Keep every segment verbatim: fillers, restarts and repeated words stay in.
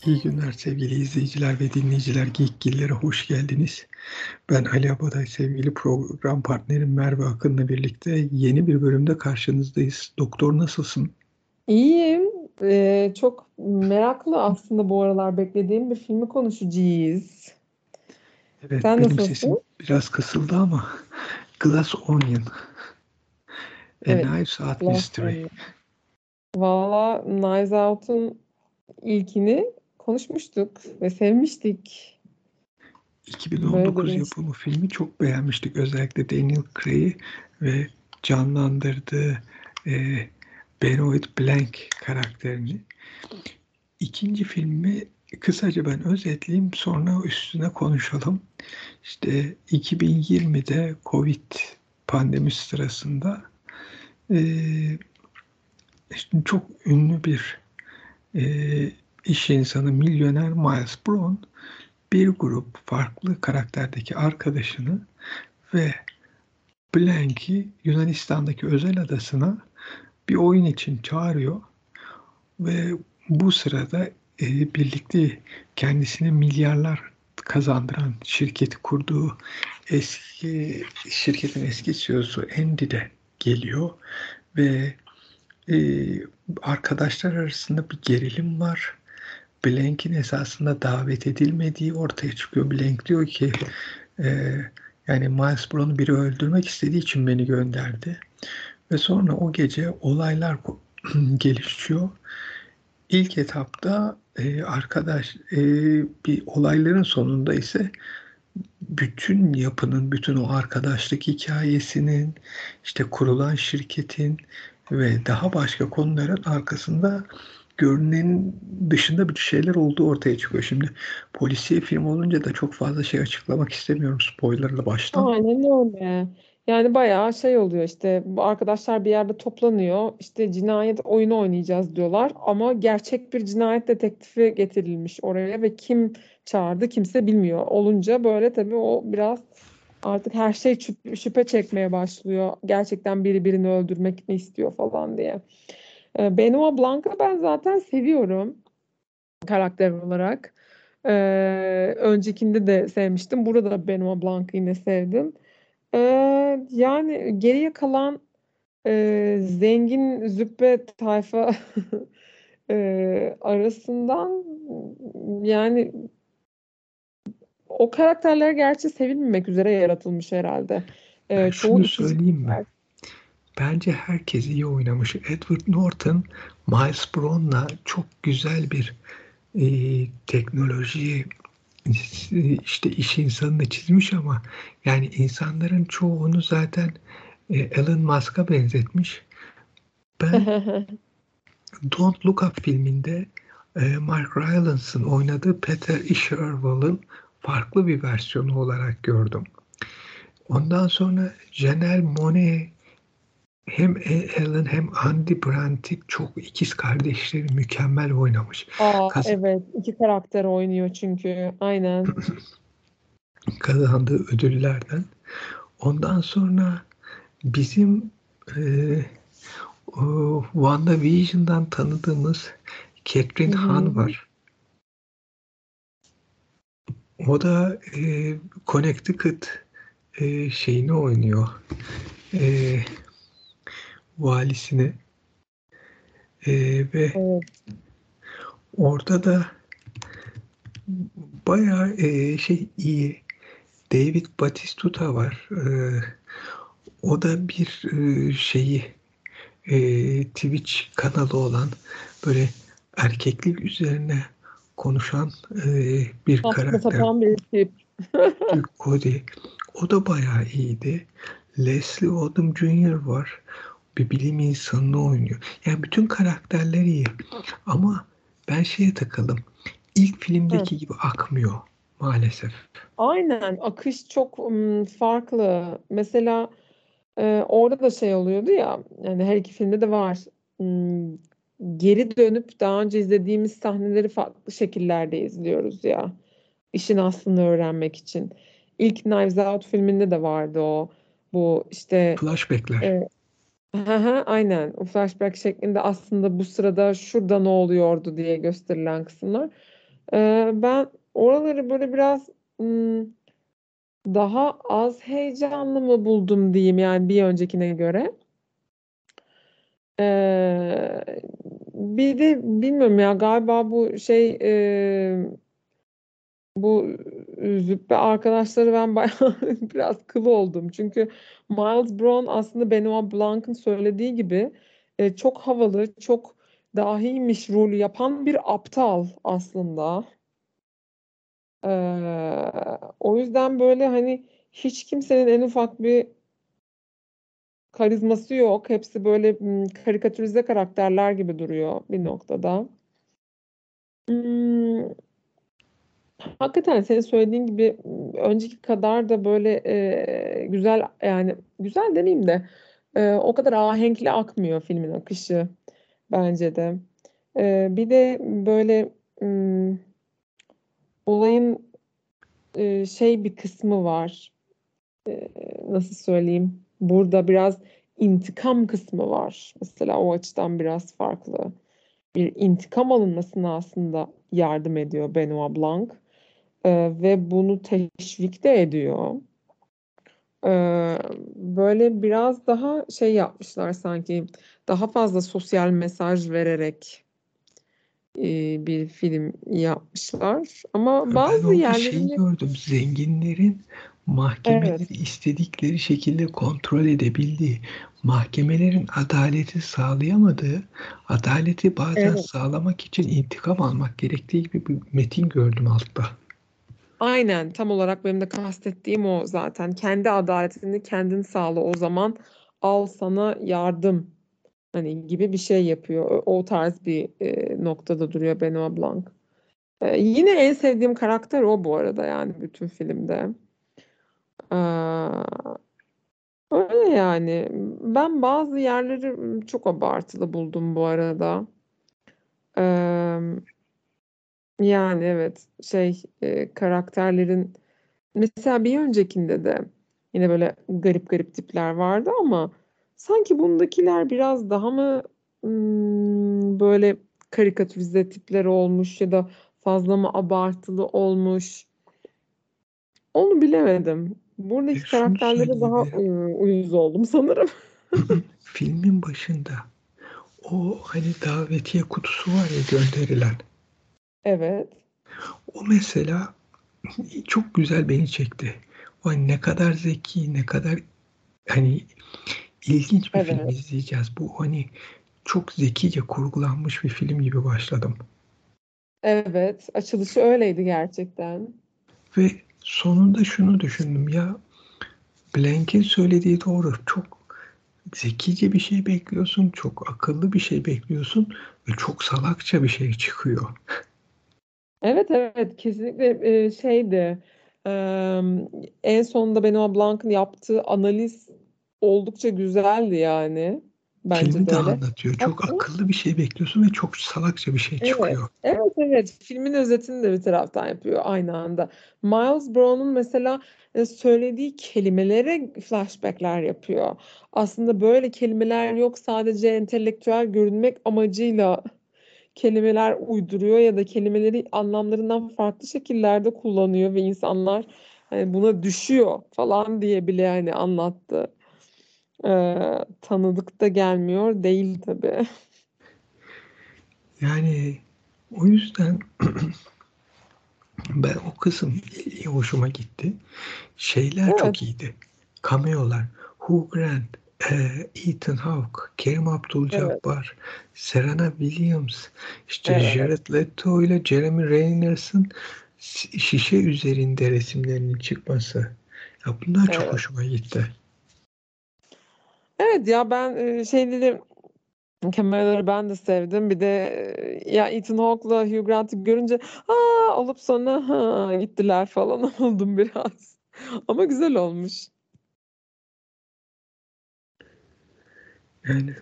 İyi günler sevgili izleyiciler ve dinleyiciler. Geekgillere hoş geldiniz. Ben Ali Abaday, sevgili program partnerim Merve Akın'la birlikte yeni bir bölümde karşınızdayız. Doktor nasılsın? İyiyim. Ee, çok meraklı aslında bu aralar beklediğim bir filmi konuşacağız. Evet, Sen benim sesim nasılsın? biraz kısıldı ama Glass Onion, A Evet. Knife's Out Last Mystery. Onion. Valla Knives Out'un ilkini konuşmuştuk ve sevmiştik. Böyle de iki bin on dokuz bir yapımı filmi çok beğenmiştik. Özellikle Daniel Craig'i ve canlandırdığı e, Benoit Blanc karakterini. İkinci filmi kısaca ben özetleyeyim, sonra üstüne konuşalım. İşte iki bin yirmide Covid pandemisi sırasında e, işte çok ünlü bir e, iş insanı, milyoner Miles Brown bir grup farklı karakterdeki arkadaşını ve Blank'i Yunanistan'daki özel adasına bir oyun için çağırıyor ve bu sırada e, birlikte kendisine milyarlar kazandıran şirketi kurduğu eski şirketin eski C E O'su Andy de geliyor ve e, arkadaşlar arasında bir gerilim var. Blank'in esasında davet edilmediği ortaya çıkıyor. Blank diyor ki e, yani Miles Brown'u biri öldürmek istediği için beni gönderdi. Ve sonra o gece olaylar gelişiyor. İlk etapta e, arkadaş e, bir olayların sonunda ise bütün yapının, bütün o arkadaşlık hikayesinin, işte kurulan şirketin ve daha başka konuların arkasında görünenin dışında bir şeyler olduğu ortaya çıkıyor. Şimdi polisiye film olunca da çok fazla şey açıklamak istemiyorum spoilerla baştan. aynen öyle. Yani bayağı şey oluyor işte bu arkadaşlar bir yerde toplanıyor işte cinayet oyunu oynayacağız diyorlar ama gerçek bir cinayet detektifi getirilmiş oraya ve kim çağırdı kimse bilmiyor. Olunca böyle tabii o biraz artık her şey şüp- şüphe çekmeye başlıyor. Gerçekten biri birini öldürmek mi istiyor falan diye. Ee, Benoit Blanc'ı ben zaten seviyorum karakter olarak. Ee, öncekinde de sevmiştim. Burada da Benoit Blanc'ı yine sevdim. Ee, yani geriye kalan e, zengin züppe tayfa e, arasından yani o karakterler gerçi sevilmemek üzere yaratılmış herhalde. Ben Ee, çoğu şunu itici. söyleyeyim mi? Bence herkes iyi oynamış. Edward Norton, Miles Brown'la çok güzel bir e, teknoloji işte iş insanını çizmiş ama yani insanların çoğunu zaten e, Elon Musk'a benzetmiş. Ben Don't Look Up filminde e, Mark Rylance'ın oynadığı Peter Isherwood'un farklı bir versiyonu olarak gördüm. Ondan sonra Janelle Monáe hem Ellen hem Andy Brandt çok ikiz kardeşleri mükemmel oynamış. Aa, Kaz evet, iki karakter oynuyor çünkü. Aynen. kazandığı ödüllerden. Ondan sonra bizim e, o WandaVision'dan tanıdığımız Hı Catherine hı. Hahn var. O da e, Connecticut e, şeyini oynuyor. E, valisini. E, ve Evet. orada da bayağı e, şey iyi. David Batistuta var. E, o da bir e, şeyi e, Twitch kanalı olan böyle erkeklik üzerine konuşan e, bir Saçma karakter. sapan bir tip. Cody. O da bayağı iyiydi. Leslie Odom Junior var. Bir bilim insanını oynuyor. Yani bütün karakterler iyi. Ama ben şeye takıldım. İlk Hı. filmdeki gibi akmıyor maalesef. Aynen. Akış çok ım, farklı. Mesela e, orada da şey oluyordu ya. Yani her iki filmde de var. Hmm, geri dönüp daha önce izlediğimiz sahneleri farklı şekillerde izliyoruz ya. İşin aslını öğrenmek için. İlk Knives Out filminde de vardı o. Bu işte Flashback'ler. e, Hı hı, aynen. O flashback şeklinde aslında bu sırada şurada ne oluyordu diye gösterilen kısımlar. Ee, ben oraları böyle biraz hmm, daha az heyecanlı mı buldum diyeyim yani bir öncekine göre. Ee, bir de bilmiyorum ya galiba bu şey e, bu züppe arkadaşları ben bayağı biraz kıl oldum. Çünkü Miles Brown aslında Benoit Blanc'ın söylediği gibi e, çok havalı, çok dahiymiş rolü yapan bir aptal aslında. Ee, o yüzden böyle hani hiç kimsenin en ufak bir karizması yok. Hepsi böyle hmm, karikatürize karakterler gibi duruyor bir noktada. Hmm, hakikaten senin söylediğin gibi m, önceki kadar da böyle e, güzel yani güzel demeyeyim de e, o kadar ahenkli akmıyor filmin akışı bence de. E, bir de böyle m, olayın e, şey bir kısmı var. E, nasıl söyleyeyim? Burada biraz intikam kısmı var. Mesela o açıdan biraz farklı. Bir intikam alınmasına aslında yardım ediyor Benoit Blanc. Ee, ve bunu teşvik de ediyor. Ee, böyle biraz daha şey yapmışlar sanki daha fazla sosyal mesaj vererek e, bir film yapmışlar. Ama Ben bazı orada şeyi yerlerini gördüm. Zenginlerin evet, mahkemeleri istedikleri şekilde kontrol edebildiği, mahkemelerin adaleti sağlayamadığı, adaleti bazen evet. sağlamak için intikam almak gerektiği gibi bir metin gördüm altta. Aynen tam olarak benim de kastettiğim o zaten. Kendi adaletini kendin sağla o zaman al sana yardım hani gibi bir şey yapıyor. O, o tarz bir e, noktada duruyor Benoit Blanc. Ee, yine en sevdiğim karakter o bu arada yani bütün filmde. Ee, öyle yani. Ben bazı yerleri çok abartılı buldum bu arada. Ee, yani evet şey e, karakterlerin mesela bir öncekinde de yine böyle garip garip tipler vardı ama sanki bundakiler biraz daha mı hmm, böyle karikatürize tipler olmuş ya da fazla mı abartılı olmuş? Onu bilemedim. Ve Buradaki şunu karakterlere daha söyleyebilirim. e, uyuz oldum sanırım. Filmin başında o hani davetiye kutusu var ya gönderilen. Evet, O mesela çok güzel beni çekti. O hani ne kadar zeki, ne kadar hani ilginç bir film evet, izleyeceğiz. Bu hani çok zekice kurgulanmış bir film gibi başladım. evet. Açılışı öyleydi gerçekten. Ve sonunda şunu düşündüm ya, Blank'in söylediği doğru. Çok zekice bir şey bekliyorsun, çok akıllı bir şey bekliyorsun ve çok salakça bir şey çıkıyor. Evet, evet. Kesinlikle e, şeydi. e, en sonunda Benoît Blanc'ın yaptığı analiz oldukça güzeldi yani. Bence Filmi de de öyle. anlatıyor. Çok Hatta akıllı bir şey bekliyorsun ve çok salakça bir şey evet, çıkıyor. evet, evet. Filmin özetini de bir taraftan yapıyor aynı anda. Miles Brown'un mesela e, söylediği kelimelere flashbackler yapıyor. Aslında böyle kelimeler yok, sadece entelektüel görünmek amacıyla kelimeler uyduruyor ya da kelimeleri anlamlarından farklı şekillerde kullanıyor ve insanlar hani buna düşüyor falan diye bile yani anlattı. Ee, tanıdık da gelmiyor değil tabii. Yani o yüzden ben o kısım hoşuma gitti. Şeyler Evet, çok iyiydi. Cameo'lar. Hugh Grant, e, Ethan Hawke, Kerim evet, Abdul-Jabbar, Serena Williams, işte evet, Jared Leto ile Jeremy Renners'ın şişe üzerinde resimlerinin çıkması. Ya bunlar çok evet. hoşuma gitti. Evet ya ben e, şeyleri kameraları ben de sevdim. Bir de e, ya Ethan Hawke'la Hugh Grant'ı görünce aa alıp sonra ha gittiler falan oldum biraz. Ama güzel olmuş. Yani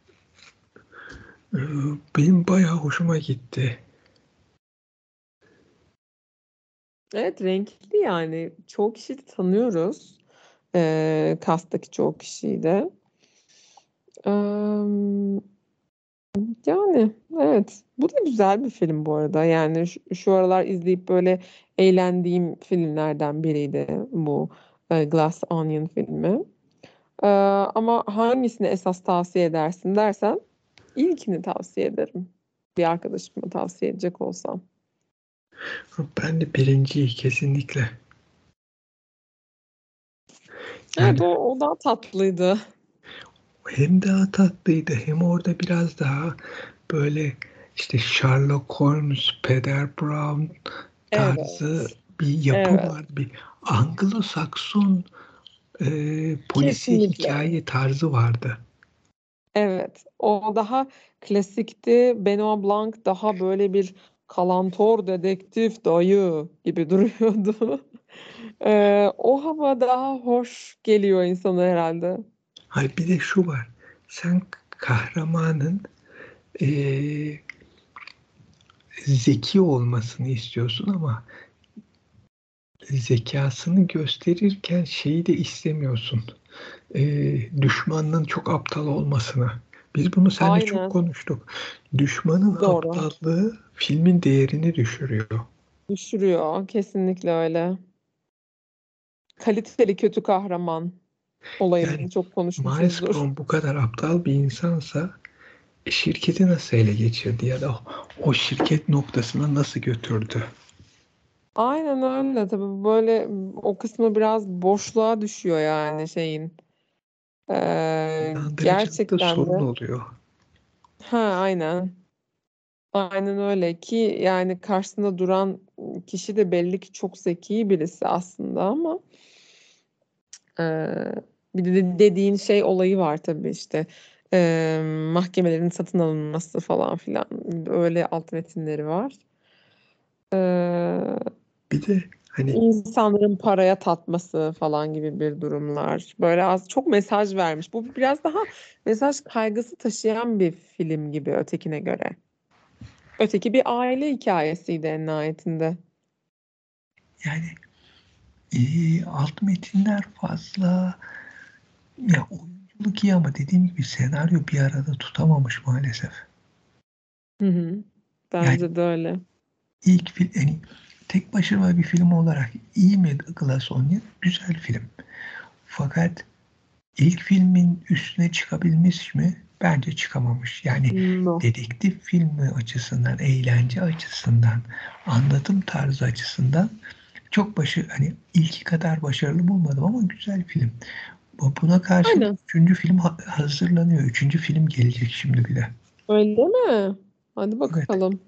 e, benim bayağı hoşuma gitti. Evet renkli yani. Çoğu kişiyi de tanıyoruz. Ee, cast'taki çoğu kişiyi de. Eee, Yani evet. Bu da güzel bir film bu arada. Yani şu, şu aralar izleyip böyle eğlendiğim filmlerden biriydi bu e, Glass Onion filmi. Ee, ama hangisini esas tavsiye edersin dersen ilkini tavsiye ederim. Bir arkadaşıma tavsiye edecek olsam. Ben de birinciyi kesinlikle. Evet, Yani o, o daha tatlıydı. hem daha tatlıydı hem orada biraz daha böyle işte Sherlock Holmes, Peder Brown tarzı Evet. bir yapı Evet. vardı. Bir Anglo-Sakson e, polisiye Kesinlikle. hikaye tarzı vardı. Evet. O daha klasikti. Benoit Blanc daha böyle bir kalantor dedektif dayı gibi duruyordu. Ee, o hava daha hoş geliyor insana herhalde. Hayır bir de şu var. Sen kahramanın e, zeki olmasını istiyorsun ama zekasını gösterirken şeyi de istemiyorsun. Ee, düşmanının çok aptal olmasını. Biz bunu seninle çok Aynen. konuştuk. Düşmanın Doğru. aptallığı filmin değerini düşürüyor. Düşürüyor. Kesinlikle öyle. Kaliteli kötü kahraman Yani olayını çok Miles konuşmuşuzdur. Brown bu kadar aptal bir insansa e, şirketi nasıl ele geçirdi ya da o, o şirket noktasına nasıl götürdü? Aynen öyle tabii böyle o kısmı biraz boşluğa düşüyor yani şeyin. Ee, İnandırıcılıkta gerçekten sorun de. oluyor. Ha aynen. Aynen öyle ki yani karşısında duran kişi de belli ki çok zeki birisi aslında ama e, bir de dediğin şey olayı var tabii işte e, mahkemelerin satın alınması falan filan öyle alt metinleri var. E, Bir de hani insanların paraya tatması falan gibi bir durumlar. Böyle az çok mesaj vermiş. Bu biraz daha mesaj kaygısı taşıyan bir film gibi ötekine göre. Öteki bir aile hikayesiydi en nihayetinde. yani e, alt metinler fazla. Ya oyunculuk iyi ama dediğim gibi senaryo bir arada tutamamış maalesef. Hı hı. Yani Bence de öyle. ilk film, yani tek başına bir film olarak iyi mi Glass Onion? Güzel film. Fakat ilk filmin üstüne çıkabilmiş mi? Bence çıkamamış. Yani No. dedektif filmi açısından, eğlence açısından, anlatım tarzı açısından çok başı hani ilki kadar başarılı bulmadım ama güzel film. Bu- Buna karşılık Aynen. üçüncü film ha- hazırlanıyor. Üçüncü film gelecek şimdi bir de. Öyle mi? Hadi Evet. bakalım.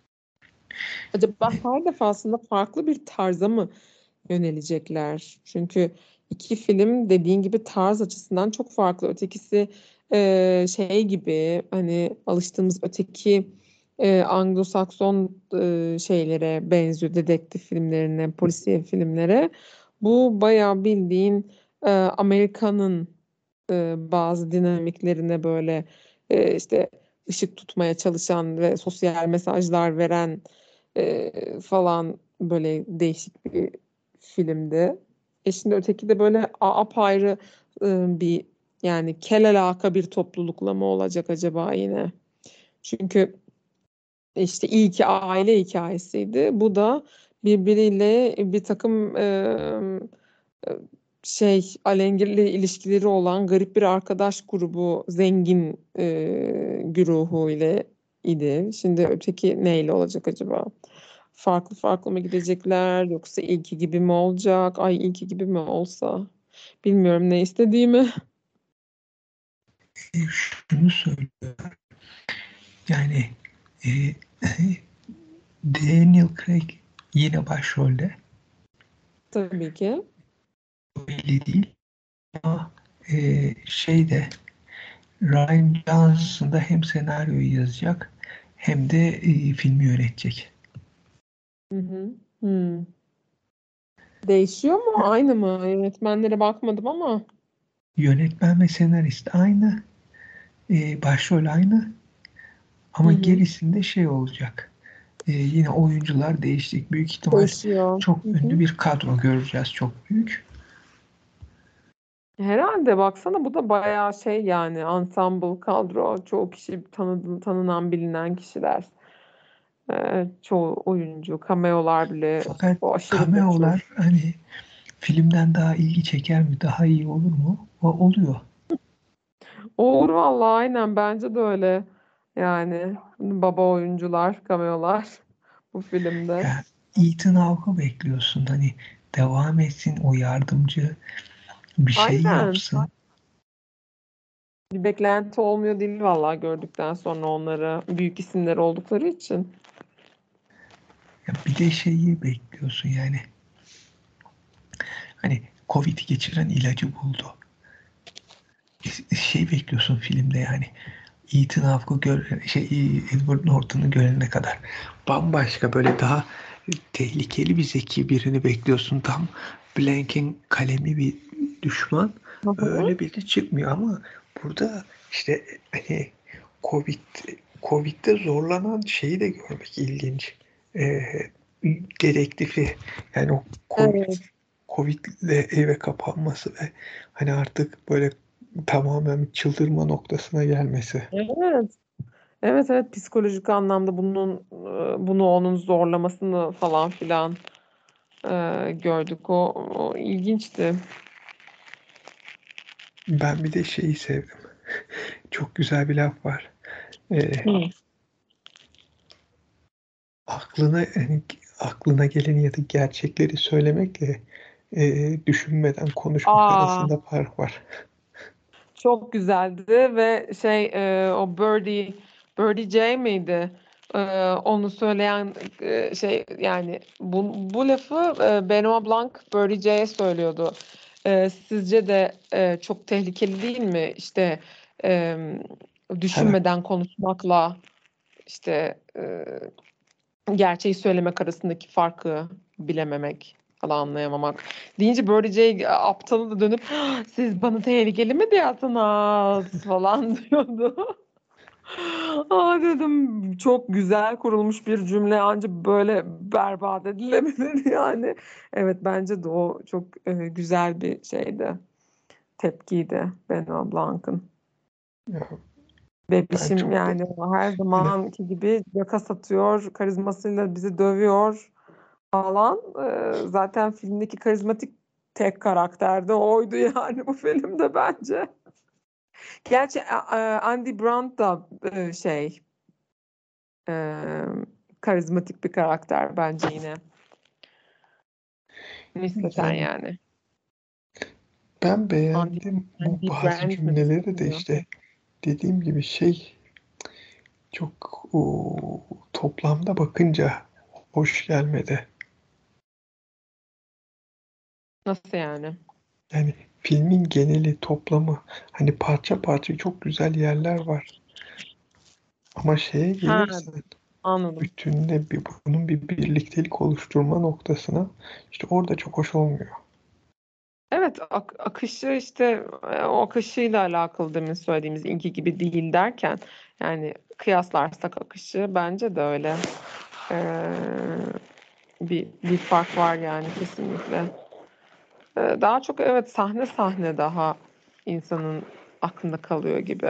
Acaba her defasında farklı bir tarza mı yönelecekler? Çünkü iki film dediğin gibi tarz açısından çok farklı. Ötekisi e, şey gibi hani alıştığımız öteki e, Anglo-Sakson e, şeylere benziyor. Dedektif filmlerine, polisiye filmlere. Bu bayağı bildiğin e, Amerika'nın e, bazı dinamiklerine böyle e, işte ışık tutmaya çalışan ve sosyal mesajlar veren e, falan böyle değişik bir filmdi. E şimdi öteki de böyle a- apayrı e, bir yani kel alaka bir toplulukla mı olacak acaba yine? Çünkü işte ilki aile hikayesiydi. Bu da birbiriyle bir takım e, e, şey alengirli ilişkileri olan garip bir arkadaş grubu zengin e, güruhu ile idi. Şimdi öteki neyle olacak acaba? Farklı farklı mı gidecekler yoksa ilki gibi mi olacak? Ay ilki gibi mi olsa? Bilmiyorum ne istediğimi. E, şunu söylüyor. Yani e, Daniel Craig yine başrolde. Tabii ki. Belli değil. Ama e, şeyde Ryan Johnson da hem senaryoyu yazacak hem de e, filmi yönetecek. Hı hı. Hmm. Değişiyor mu? Aynı mı? Yönetmenlere bakmadım ama. Yönetmen ve senarist aynı. E, başrol aynı. Hı Ama hı. gerisinde şey olacak. E, yine oyuncular değişecek. Büyük ihtimal Değişiyor. çok Hı ünlü hı. bir kadro göreceğiz. Çok büyük. Herhalde baksana bu da bayağı şey yani ensemble kadro. Çoğu kişi tanıdığın, tanınan bilinen kişiler. Ee, çoğu oyuncu, cameo'lar bile Fakat o aşırı meşhur. cameo'lar hani filmden daha ilgi çeker mi? Daha iyi olur mu? O oluyor. Olur vallahi aynen bence de öyle. Yani baba oyuncular, cameo'lar bu filmde. Yani Ethan Hawke'ı bekliyorsun. Hani devam etsin, o yardımcı bir şey Aynen. yapsın. Bir beklenti olmuyor değil vallahi gördükten sonra onları büyük isimler oldukları için. Ya bir de şeyi bekliyorsun yani. Hani Covid geçiren ilacı buldu. Şey bekliyorsun filmde yani. Ethan Hawke'ı gör, şey Edward Norton'u görene kadar bambaşka böyle daha tehlikeli bir zeki birini bekliyorsun. Tam Blank'in kalemi bir düşman. Hı hı. Öyle biri çıkmıyor ama burada işte hani Covid Covid'de zorlanan şeyi de görmek ilginç. Ee, dedektifi yani o Covid Evet. Covid'le eve kapanması ve hani artık böyle tamamen çıldırma noktasına gelmesi. Evet. Evet evet psikolojik anlamda bunun e, bunu onun zorlamasını falan filan e, gördük. O, o ilginçti. Ben bir de şeyi sevdim. Çok güzel bir laf var. Ee, Hı. aklına yani aklına geleni ya da gerçekleri söylemekle e, düşünmeden konuşmak Aa, arasında fark var. çok güzeldi ve şey e, o Birdie Birdie J miydi? E, onu söyleyen e, şey yani bu, bu lafı e, Benoit Blanc Birdie J'ye söylüyordu. E, sizce de e, çok tehlikeli değil mi? İşte e, Ha, düşünmeden konuşmakla işte e, gerçeği söylemek arasındaki farkı bilememek falan anlayamamak. Deyince böyle şey aptalı da dönüp "Ah, siz bana tehlikeli mi diyorsunuz falan diyordu. Aa dedim çok güzel kurulmuş bir cümle ancak böyle berbat edilebilir yani. Evet bence de o çok e, güzel bir şeydi. Tepkiydi Benoît Blanc'ın. ya ben Bebişim çok be- yani o her hani zamanki gibi yaka satıyor, karizmasıyla bizi dövüyor falan. Ee, zaten filmdeki karizmatik tek karakter de oydu yani bu filmde bence. Gerçi e, e, Andy Brandt da e, şey e, karizmatik bir karakter bence yine. Nispeten yani yani. ben Andy, beğendim bu Andy bazı Brandt mi cümleleri de desem işte dediğim gibi şey çok o, toplamda bakınca hoş gelmedi. nasıl yani? Yani filmin geneli toplamı hani parça parça çok güzel yerler var. Ama şeye Ha gelirsen anladım. bütününe bir, bunun bir birliktelik oluşturma noktasına işte orada çok hoş olmuyor. Evet ak- akışı işte e, o akışıyla alakalı demin söylediğimiz inki gibi değil derken yani kıyaslarsak akışı bence de öyle. Ee, bir bir fark var yani kesinlikle. Ee, daha çok evet sahne sahne daha insanın aklında kalıyor gibi.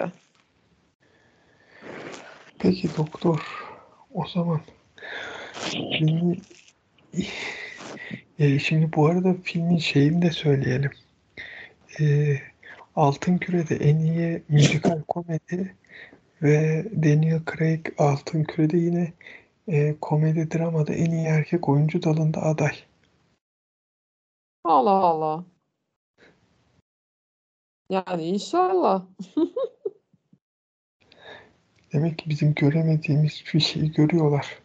Peki doktor o zaman filmi e, şimdi bu arada filmin şeyini de söyleyelim. E, Altın Küre'de en iyi müzikal komedi ve Daniel Craig Altın Küre'de yine e, komedi dramada en iyi erkek oyuncu dalında aday. Allah Allah. Yani inşallah. Demek ki bizim göremediğimiz bir şeyi görüyorlar.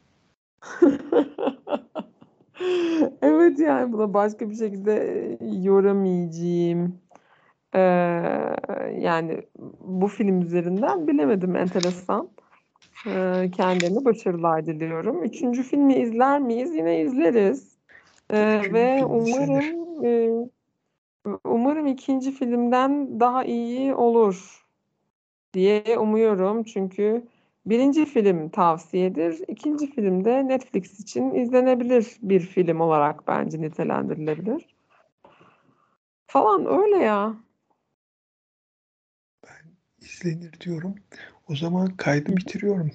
Evet yani buna başka bir şekilde yoramayacağım. Ee, yani bu film üzerinden bilemedim enteresan. Ee, kendilerine başarılar diliyorum. Üçüncü filmi izler miyiz? Yine izleriz. Ee, Üçüncü ve film izlenir. umarım e, umarım ikinci filmden daha iyi olur diye umuyorum. Çünkü birinci film tavsiyedir. İkinci film de Netflix için izlenebilir bir film olarak bence nitelendirilebilir. Falan öyle ya. İzlenir diyorum. O zaman kaydı Hı hı. bitiriyorum.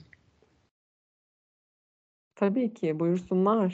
Tabii ki, buyursunlar.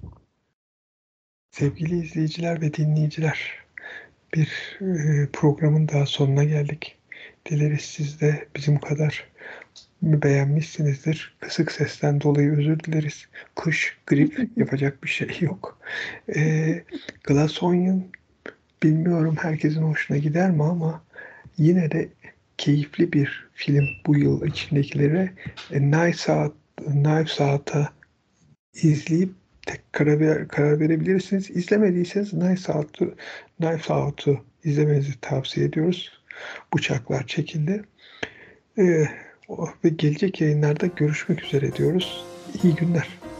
Sevgili izleyiciler ve dinleyiciler, bir e, programın daha sonuna geldik. Dileriz siz de bizim kadar beğenmişsinizdir. Kısık sesten dolayı özür dileriz. Kış, grip, yapacak bir şey yok. E, Glass Onion bilmiyorum herkesin hoşuna gider mi ama yine de keyifli bir film bu yıl içindekilere. E, Knives Out, Knives Out'a izleyip tek karar, ver, karar verebilirsiniz. İzlemediyseniz Knives Out'u Knives Out'u izlemenizi tavsiye ediyoruz. Bıçaklar çekildi. Ee, ve gelecek yayınlarda görüşmek üzere diyoruz. İyi günler.